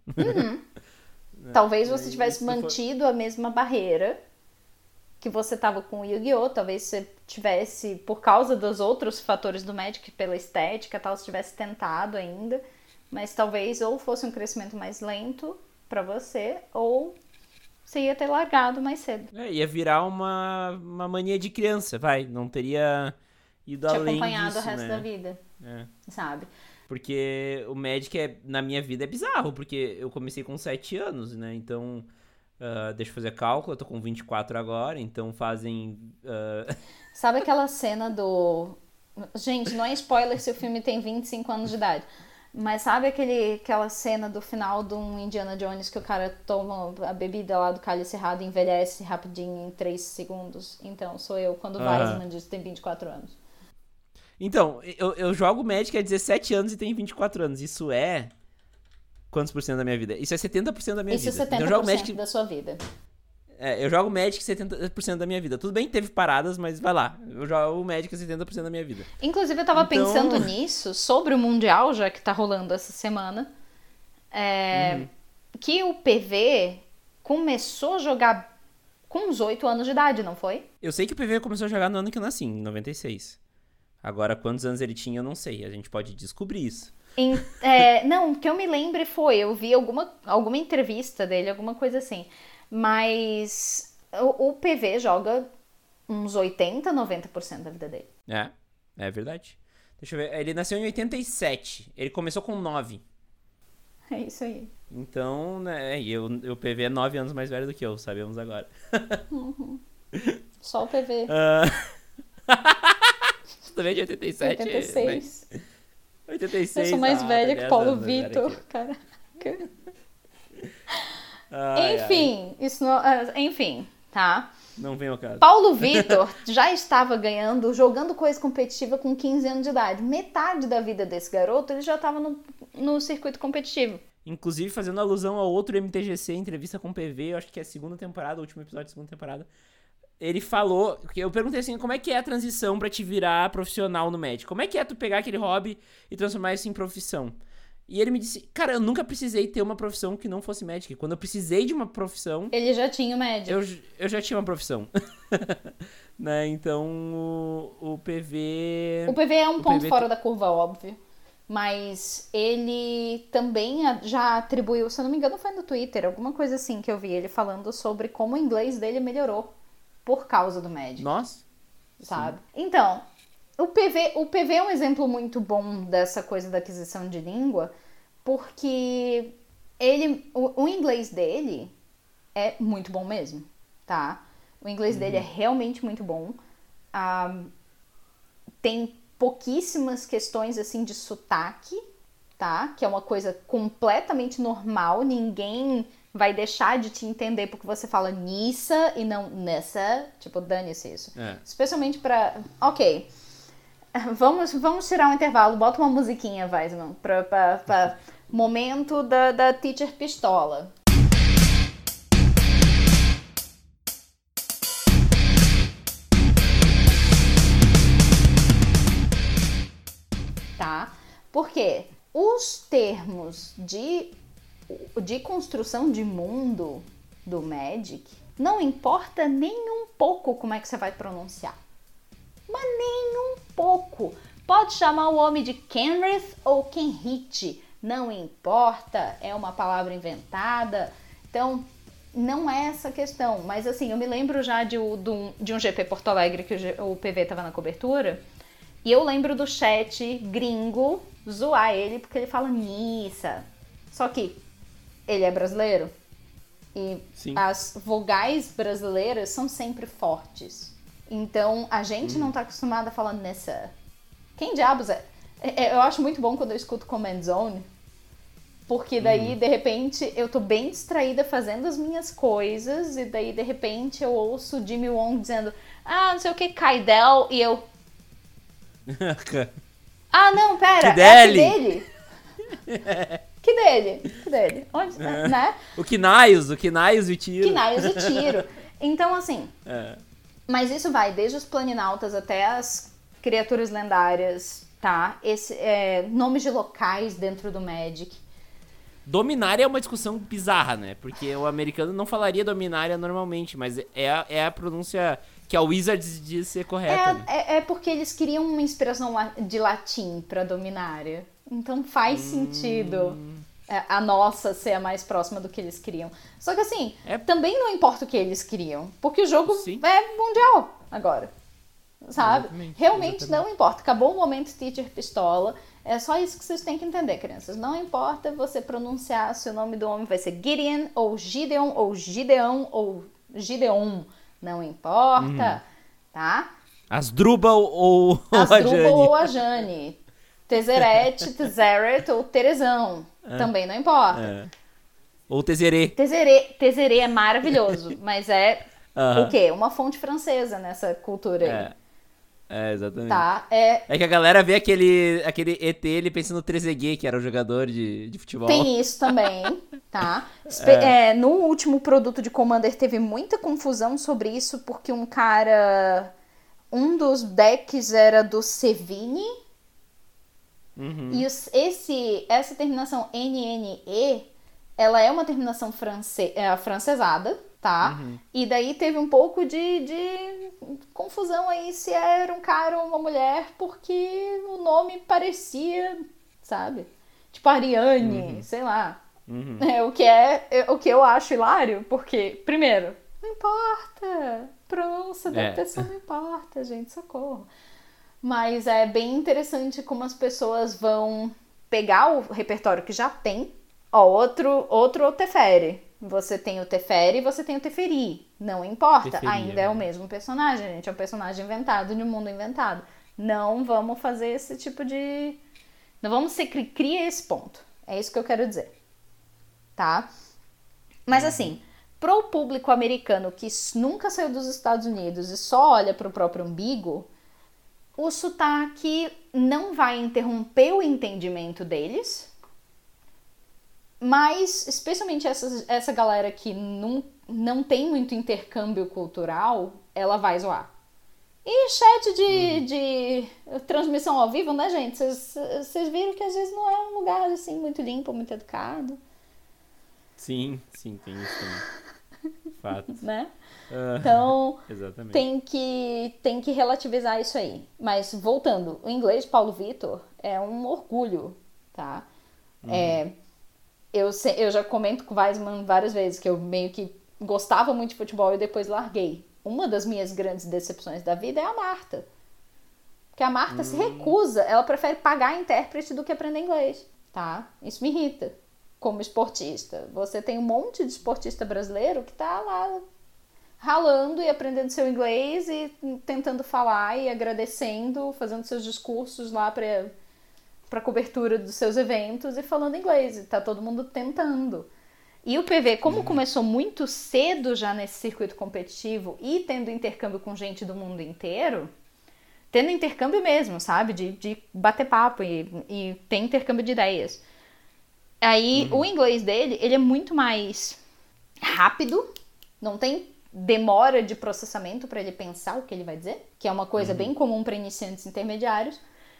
Talvez você tivesse mantido a mesma barreira que você tava com o Yu-Gi-Oh! Talvez você tivesse, por causa dos outros fatores do Magic, pela estética e tal, você tivesse tentado ainda. Mas talvez ou fosse um crescimento mais lento pra você, ou... você ia ter largado mais cedo. Ia virar uma mania de criança, não teria ido além disso, acompanhado o resto da vida, sabe? Porque o Magic, na minha vida, é bizarro, porque eu comecei com 7 anos, né? Então, deixa eu fazer cálculo, eu tô com 24 agora, então fazem... Sabe aquela cena do... Gente, não é spoiler se o filme tem 25 anos de idade. Mas sabe aquela cena do final de um Indiana Jones que o cara toma a bebida lá do cálice errado e envelhece rapidinho em 3 segundos? Então, sou eu quando o Weisman diz que tem 24 anos. Então, eu jogo Magic há 17 anos e tenho 24 anos. Isso é... Quantos por cento da minha vida? Isso é 70% da minha vida. Isso é 70% então, eu jogo Magic... da sua vida. Eu jogo Magic 70% da minha vida. Tudo bem que teve paradas, mas vai lá. Eu jogo Magic 70% da minha vida. Inclusive, eu tava pensando nisso, sobre o Mundial, já que tá rolando essa semana. Que o PV começou a jogar com uns 8 anos de idade, não foi? Eu sei que o PV começou a jogar no ano que eu nasci, em 96. Agora, quantos anos ele tinha, eu não sei. A gente pode descobrir isso. Não, o que eu me lembro foi... Eu vi alguma entrevista dele, alguma coisa assim... Mas o PV joga uns 80, 90% da vida dele. É verdade. Deixa eu ver. Ele nasceu em 87. Ele começou com 9. É isso aí. Então, né, o PV é 9 anos mais velho do que eu, sabemos agora. Só o PV. Também de 87? 86. 86. Eu sou mais velha que Paulo Vitor, caraca. Enfim, tá? Não vem ao caso. Paulo Vitor já estava jogando coisa competitiva com 15 anos de idade. Metade da vida desse garoto, ele já estava no circuito competitivo. Inclusive, fazendo alusão ao outro MTGC, entrevista com o PV, eu acho que é a segunda temporada, o último episódio da segunda temporada. Ele falou, eu perguntei assim, como é que é a transição pra te virar profissional no Magic? Como é que é tu pegar aquele hobby e transformar isso em profissão? E ele me disse, cara, eu nunca precisei ter uma profissão que não fosse Magic. Quando eu precisei de uma profissão... Ele já tinha o Magic. Eu já tinha uma profissão. Né? Então, o PV... O PV é um ponto fora da curva, óbvio. Mas ele também já atribuiu, se eu não me engano foi no Twitter, alguma coisa assim que eu vi ele falando sobre como o inglês dele melhorou por causa do Magic. Nossa. Sabe? Sim. Então... O PV é um exemplo muito bom dessa coisa da aquisição de língua, porque O inglês dele é muito bom mesmo, tá? O inglês dele é realmente muito bom. Tem pouquíssimas questões, assim, de sotaque, tá? Que é uma coisa completamente normal. Ninguém vai deixar de te entender porque você fala nissa e não nessa. Tipo, dane-se isso. Especialmente pra... Ok. Vamos tirar um intervalo. Bota uma musiquinha, Weisman, pra momento da teacher pistola. Tá? Porque os termos de construção de mundo do Magic não importa nem um pouco como é que você vai pronunciar. Mas nem um pouco. Pode chamar o homem de Kenrith ou Kenrith. Não importa. É uma palavra inventada. Então, não é essa questão. Mas assim, eu me lembro já de um GP Porto Alegre que o PV estava na cobertura. E eu lembro do chat gringo zoar ele porque ele fala Nissa. Só que ele é brasileiro. E as vogais brasileiras são sempre fortes. Então, a gente não tá acostumado a falar nessa. Quem diabos é? Eu acho muito bom quando eu escuto Command Zone, porque daí, de repente, eu tô bem distraída fazendo as minhas coisas, e daí, de repente, eu ouço o Jimmy Wong dizendo, não sei o que, Kaidel, e eu... não, pera, é dele. Que dele? Onde, né? O Kinaios e o Tiro. Kinaios e Tiro. Então, assim... Mas isso vai desde os planinautas até as criaturas lendárias, tá? Nomes de locais dentro do Magic. Dominária é uma discussão bizarra, né? Porque o americano não falaria Dominária normalmente, mas é a pronúncia que a Wizards diz ser correta. Né? É porque eles queriam uma inspiração de latim pra Dominária. Então faz sentido a nossa ser a mais próxima do que eles queriam. Só que assim, também não importa o que eles queriam, porque o jogo é mundial agora, sabe? Realmente não importa. Acabou o momento teacher pistola. É só isso que vocês têm que entender, crianças. Não importa você pronunciar se o nome do homem vai ser Gideon, ou Gideon, ou Gideon, ou Gideon. Não importa, tá? Asdrubal ou a Jane. Tezzeret, Tezzeret ou Terezão. Também não importa. Ou Tezerê. Tezerê é maravilhoso, mas o quê? Uma fonte francesa nessa cultura aí. Exatamente. Tá, É que a galera vê aquele ET, ele pensa no Trezeguet, que era o jogador de futebol. Tem isso também, tá? No último produto de Commander teve muita confusão sobre isso, porque um dos decks era do Sevigny. E essa terminação NNE, ela é uma terminação francesada, tá? E daí teve um pouco de confusão aí se era um cara ou uma mulher, porque o nome parecia, sabe? Tipo Ariane, sei lá. O que eu acho hilário, porque, primeiro, não importa, pronúncia da pessoa não importa, gente, socorro. Mas é bem interessante como as pessoas vão pegar o repertório que já tem. Outro Teferi. Você tem o Teferi e você tem o Teferi. Não importa, ainda é o mesmo personagem, gente. É um personagem inventado de um mundo inventado. Não vamos fazer esse tipo de... Não vamos ser cri-cri a esse ponto. É isso que eu quero dizer. Tá? Mas assim, pro público americano que nunca saiu dos Estados Unidos e só olha pro próprio umbigo... O sotaque não vai interromper o entendimento deles, mas, especialmente essa galera que não tem muito intercâmbio cultural, ela vai zoar. E chat de transmissão ao vivo, né, gente? Vocês viram que às vezes não é um lugar assim muito limpo, muito educado. Sim, tem isso também. Fato. Né? Então, exatamente. tem que relativizar isso aí. Mas, voltando, o inglês Paulo Vitor é um orgulho, tá? Eu já comento com o Weisman várias vezes que eu meio que gostava muito de futebol e depois larguei. Uma das minhas grandes decepções da vida é a Marta. Porque a Marta se recusa, ela prefere pagar intérprete do que aprender inglês, tá? Isso me irrita. como esportista. Você tem um monte de esportista brasileiro que tá lá ralando e aprendendo seu inglês e tentando falar e agradecendo, fazendo seus discursos lá para cobertura dos seus eventos e falando inglês. E tá todo mundo tentando. E o PV, como começou muito cedo já nesse circuito competitivo e tendo intercâmbio com gente do mundo inteiro, tendo intercâmbio mesmo, sabe? De bater papo e ter intercâmbio de ideias. Aí o inglês dele, ele é muito mais rápido, não tem demora de processamento para ele pensar o que ele vai dizer, que é uma coisa bem comum para iniciantes intermediários,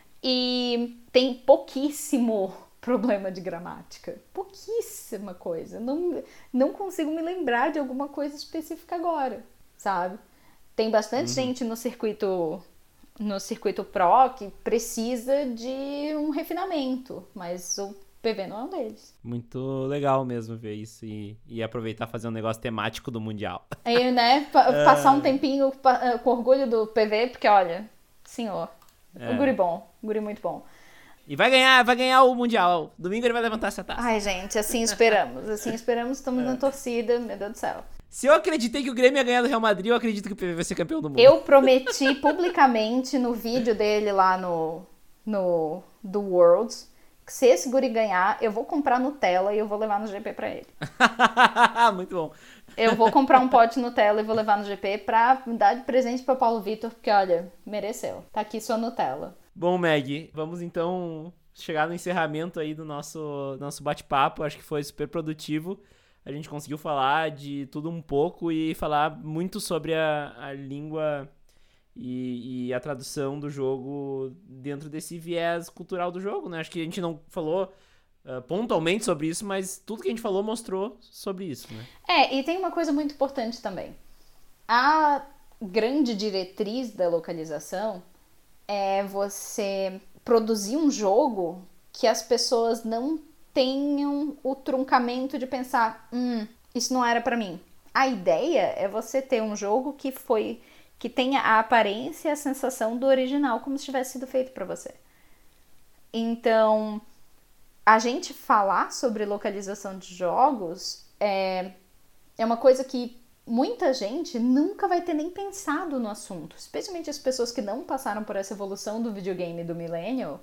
e tem pouquíssimo problema de gramática. Pouquíssima coisa. Não consigo me lembrar de alguma coisa específica agora, sabe? Tem bastante gente no circuito Pro que precisa de um refinamento, mas o PV não é um deles. Muito legal mesmo ver isso e aproveitar fazer um negócio temático do Mundial. Aí, né, passar um tempinho com orgulho do PV, porque olha, senhor, o guri bom, o guri muito bom. E vai ganhar o Mundial. Domingo ele vai levantar essa taça. Ai, gente, assim esperamos, estamos na torcida, meu Deus do céu. Se eu acreditei que o Grêmio ia ganhar do Real Madrid, eu acredito que o PV vai ser campeão do mundo. Eu prometi publicamente no vídeo dele lá no do Worlds, que se esse guri ganhar, eu vou comprar Nutella e eu vou levar no GP pra ele. Muito bom. Eu vou comprar um pote de Nutella e vou levar no GP pra dar de presente pro Paulo Vitor, porque olha, mereceu. Tá aqui sua Nutella. Bom, Meg, vamos então chegar no encerramento aí do nosso bate-papo. Acho que foi super produtivo. A gente conseguiu falar de tudo um pouco e falar muito sobre a língua e a tradução do jogo dentro desse viés cultural do jogo, né? Acho que a gente não falou pontualmente sobre isso, mas tudo que a gente falou mostrou sobre isso, né? E tem uma coisa muito importante também. A grande diretriz da localização é você produzir um jogo que as pessoas não tenham o truncamento de pensar, isso não era pra mim. A ideia é você ter um jogo que tenha a aparência e a sensação do original, como se tivesse sido feito pra você. Então, a gente falar sobre localização de jogos é uma coisa que muita gente nunca vai ter nem pensado no assunto, especialmente as pessoas que não passaram por essa evolução do videogame do millennial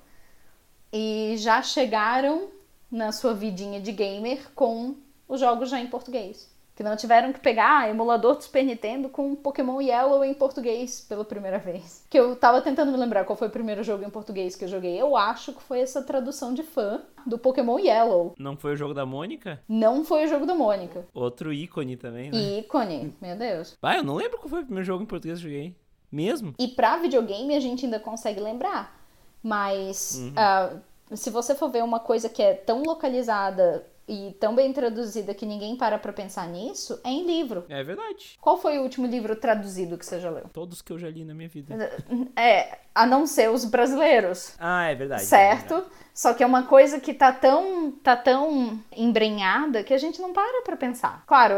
e já chegaram na sua vidinha de gamer com os jogos já em português. Que não tiveram que pegar emulador do Super Nintendo com Pokémon Yellow em português pela primeira vez. Que eu tava tentando me lembrar qual foi o primeiro jogo em português que eu joguei. Eu acho que foi essa tradução de fã do Pokémon Yellow. Não foi o jogo da Mônica? Não foi o jogo da Mônica. Outro ícone também, né? Ícone, meu Deus. Eu não lembro qual foi o primeiro jogo em português que eu joguei. Mesmo? E pra videogame a gente ainda consegue lembrar. Mas se você for ver uma coisa que é tão localizada e tão bem traduzida que ninguém para pra pensar nisso, é em livro. É verdade. Qual foi o último livro traduzido que você já leu? Todos que eu já li na minha vida. A não ser os brasileiros. É verdade. Certo? É verdade. Só que é uma coisa que tá tão embrenhada que a gente não para pra pensar. Claro,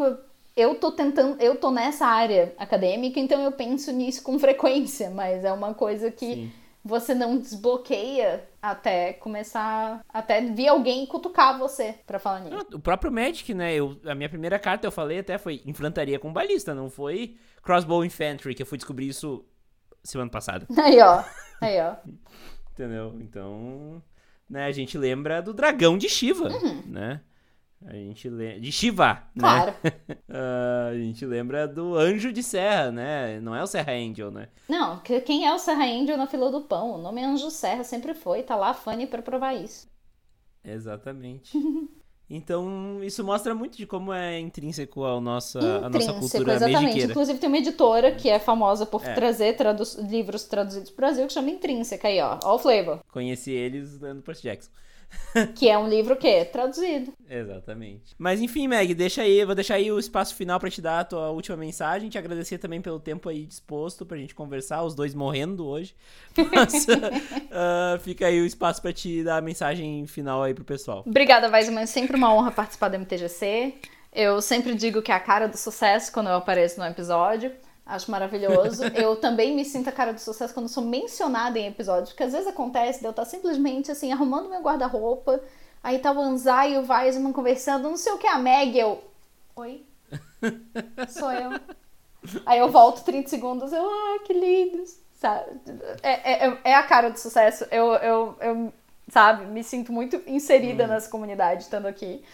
eu tô nessa área acadêmica, então eu penso nisso com frequência, mas é uma coisa que Sim. Você não desbloqueia até vir alguém cutucar você pra falar nisso. O próprio Magic, né? A minha primeira carta eu falei até foi infantaria com balista, não foi Crossbow Infantry, que eu fui descobrir isso semana passada. Aí, ó. Entendeu? Então, né, a gente lembra do dragão de Shiva, né? A gente lembra... De Shiva, claro. Né? A gente lembra do Anjo de Serra, né? Não é o Serra Angel, né? Não, quem é o Serra Angel na fila do pão? O nome é Anjo Serra, sempre foi. Tá lá a Fanny pra provar isso. Exatamente. Então, isso mostra muito de como é intrínseco a nossa cultura exatamente. mexiqueira. Inclusive tem uma editora que é famosa por trazer livros traduzidos pro Brasil que chama Intrínseca. Aí, ó o flavor. Conheci eles lendo Percy Jackson. Que é um livro que traduzido. Exatamente. Mas enfim, Meg, vou deixar aí o espaço final pra te dar a tua última mensagem, te agradecer também pelo tempo aí disposto pra gente conversar, os dois morrendo hoje. Mas fica aí o espaço pra te dar a mensagem final aí pro pessoal. Obrigada, Weisman. Sempre uma honra participar do MTGC. Eu sempre digo que é a cara do sucesso quando eu apareço no episódio. Acho maravilhoso. Eu também me sinto a cara do sucesso quando sou mencionada em episódios, porque às vezes acontece de eu estar simplesmente assim, arrumando meu guarda-roupa, Aí tá o Anzai e o Weisman conversando, não sei o que, a Meg, eu... Oi? Sou eu. Aí eu volto 30 segundos, eu, que lindos, sabe? É a cara do sucesso. Eu, sabe, me sinto muito inserida nessa comunidade, estando aqui.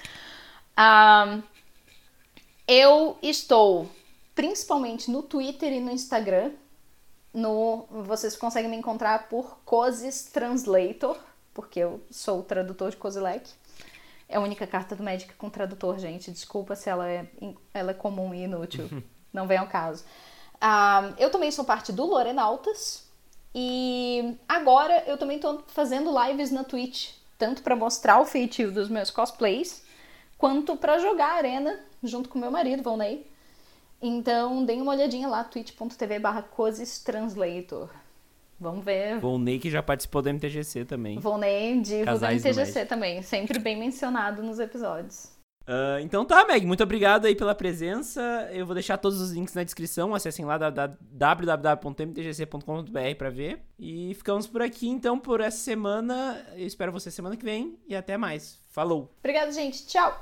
Eu estou principalmente no Twitter e no Instagram. Vocês conseguem me encontrar por Cozes Translator, porque eu sou o tradutor de Kozilek. É a única carta do Magic com tradutor, gente. Desculpa se ela é comum e inútil. Não vem ao caso. Eu também sou parte do Lorenautas. E agora eu também tô fazendo lives na Twitch. Tanto para mostrar o feitio dos meus cosplays, quanto para jogar Arena junto com meu marido, Volney. Então, deem uma olhadinha lá, twitch.tv/CozesTranslator. Vamos ver. Volney que já participou do MTGC também. Volney, divo do MTGC também. Sempre bem mencionado nos episódios. Então tá, Meg. Muito obrigado aí pela presença. Eu vou deixar todos os links na descrição. Acessem lá www.mtgc.com.br pra ver. E ficamos por aqui, então, por essa semana. Eu espero você semana que vem. E até mais. Falou. Obrigada, gente. Tchau.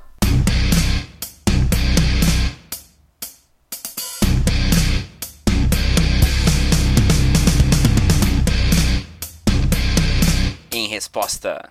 Em resposta.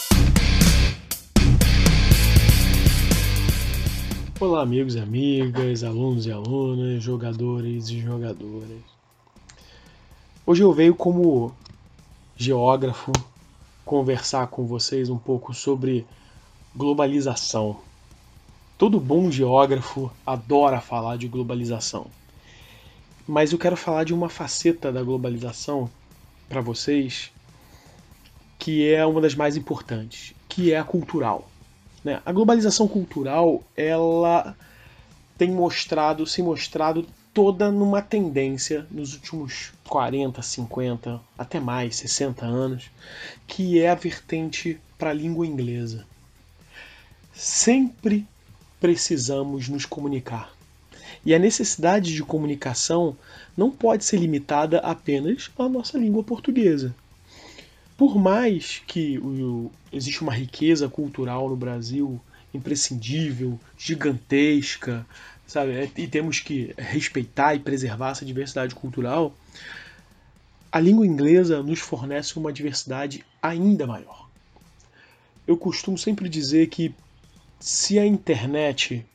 Olá, amigos e amigas, alunos e alunas, jogadores e jogadoras. Hoje eu venho como geógrafo conversar com vocês um pouco sobre globalização. Todo bom geógrafo adora falar de globalização. Mas eu quero falar de uma faceta da globalização para vocês que é uma das mais importantes, que é a cultural. A globalização cultural, ela tem se mostrado toda numa tendência nos últimos 40, 50, até mais, 60 anos, que é a vertente para a língua inglesa. Sempre precisamos nos comunicar. E a necessidade de comunicação não pode ser limitada apenas à nossa língua portuguesa. Por mais que existe uma riqueza cultural no Brasil imprescindível, gigantesca, sabe? E temos que respeitar e preservar essa diversidade cultural, a língua inglesa nos fornece uma diversidade ainda maior. Eu costumo sempre dizer que se a internet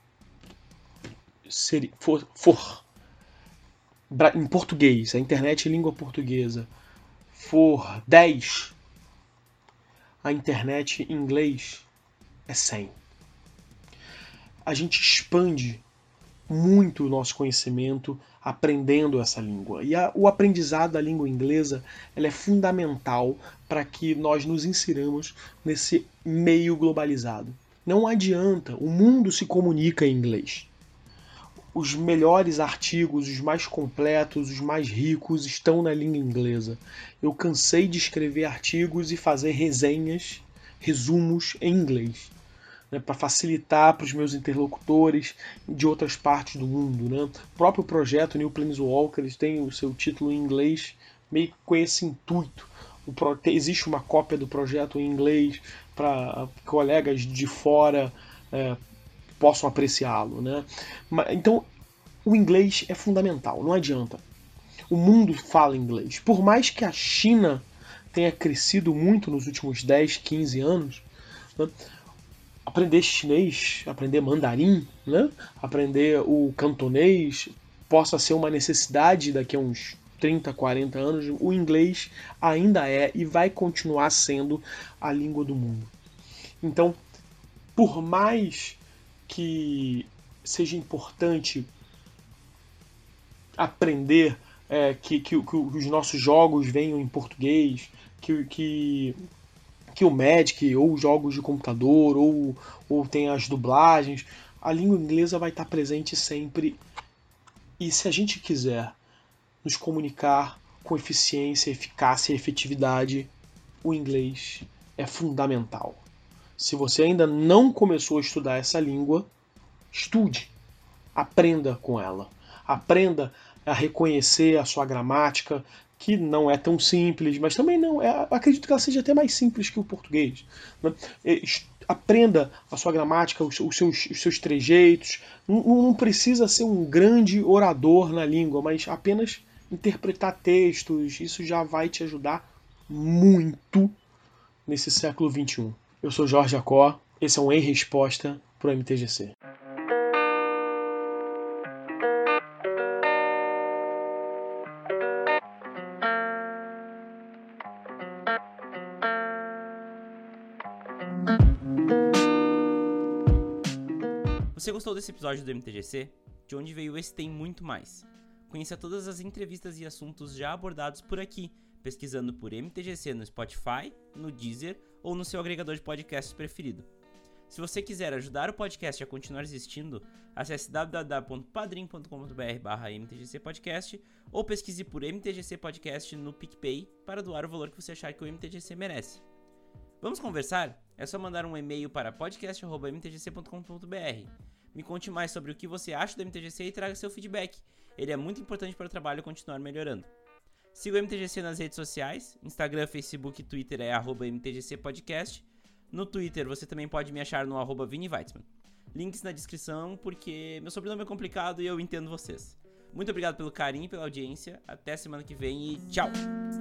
for em português, a internet em língua portuguesa for 10, a internet em inglês é 100. A gente expande muito o nosso conhecimento aprendendo essa língua. E o aprendizado da língua inglesa ela é fundamental para que nós nos insiramos nesse meio globalizado. Não adianta, o mundo se comunica em inglês. Os melhores artigos, os mais completos, os mais ricos estão na língua inglesa. Eu cansei de escrever artigos e fazer resenhas, resumos em inglês, para facilitar para os meus interlocutores de outras partes do mundo. O próprio projeto New Planeswalkers tem o seu título em inglês meio com esse intuito. Existe uma cópia do projeto em inglês para colegas de fora possam apreciá-lo. Então, o inglês é fundamental, não adianta. O mundo fala inglês. Por mais que a China tenha crescido muito nos últimos 10, 15 anos, aprender chinês, aprender mandarim, aprender o cantonês possa ser uma necessidade daqui a uns 30, 40 anos, o inglês ainda é e vai continuar sendo a língua do mundo. Então, por mais que seja importante aprender que os nossos jogos venham em português, que o Magic, ou jogos de computador, ou tem as dublagens, a língua inglesa vai estar presente sempre. E se a gente quiser nos comunicar com eficiência, eficácia e efetividade, o inglês é fundamental. Se você ainda não começou a estudar essa língua, estude, aprenda com ela. Aprenda a reconhecer a sua gramática, que não é tão simples, mas também não. Acredito que ela seja até mais simples que o português. aprenda a sua gramática, os seus trejeitos. Não precisa ser um grande orador na língua, mas apenas interpretar textos. Isso já vai te ajudar muito nesse século XXI. Eu sou Jorge Jacó, esse é um Em Resposta para o MTGC. Você gostou desse episódio do MTGC? De onde veio esse tem muito mais. Conheça todas as entrevistas e assuntos já abordados por aqui, pesquisando por MTGC no Spotify, no Deezer ou no seu agregador de podcasts preferido. Se você quiser ajudar o podcast a continuar existindo, acesse www.padrim.com.br/mtgcpodcast ou pesquise por MTGC Podcast no PicPay para doar o valor que você achar que o MTGC merece. Vamos conversar? É só mandar um e-mail para podcast@mtgc.com.br. Me conte mais sobre o que você acha do MTGC e traga seu feedback. Ele é muito importante para o trabalho continuar melhorando. Siga o MTGC nas redes sociais, Instagram, Facebook e Twitter é @mtgcpodcast. No Twitter você também pode me achar no @ViniWeitzman. Links na descrição porque meu sobrenome é complicado e eu entendo vocês. Muito obrigado pelo carinho e pela audiência. Até semana que vem e tchau!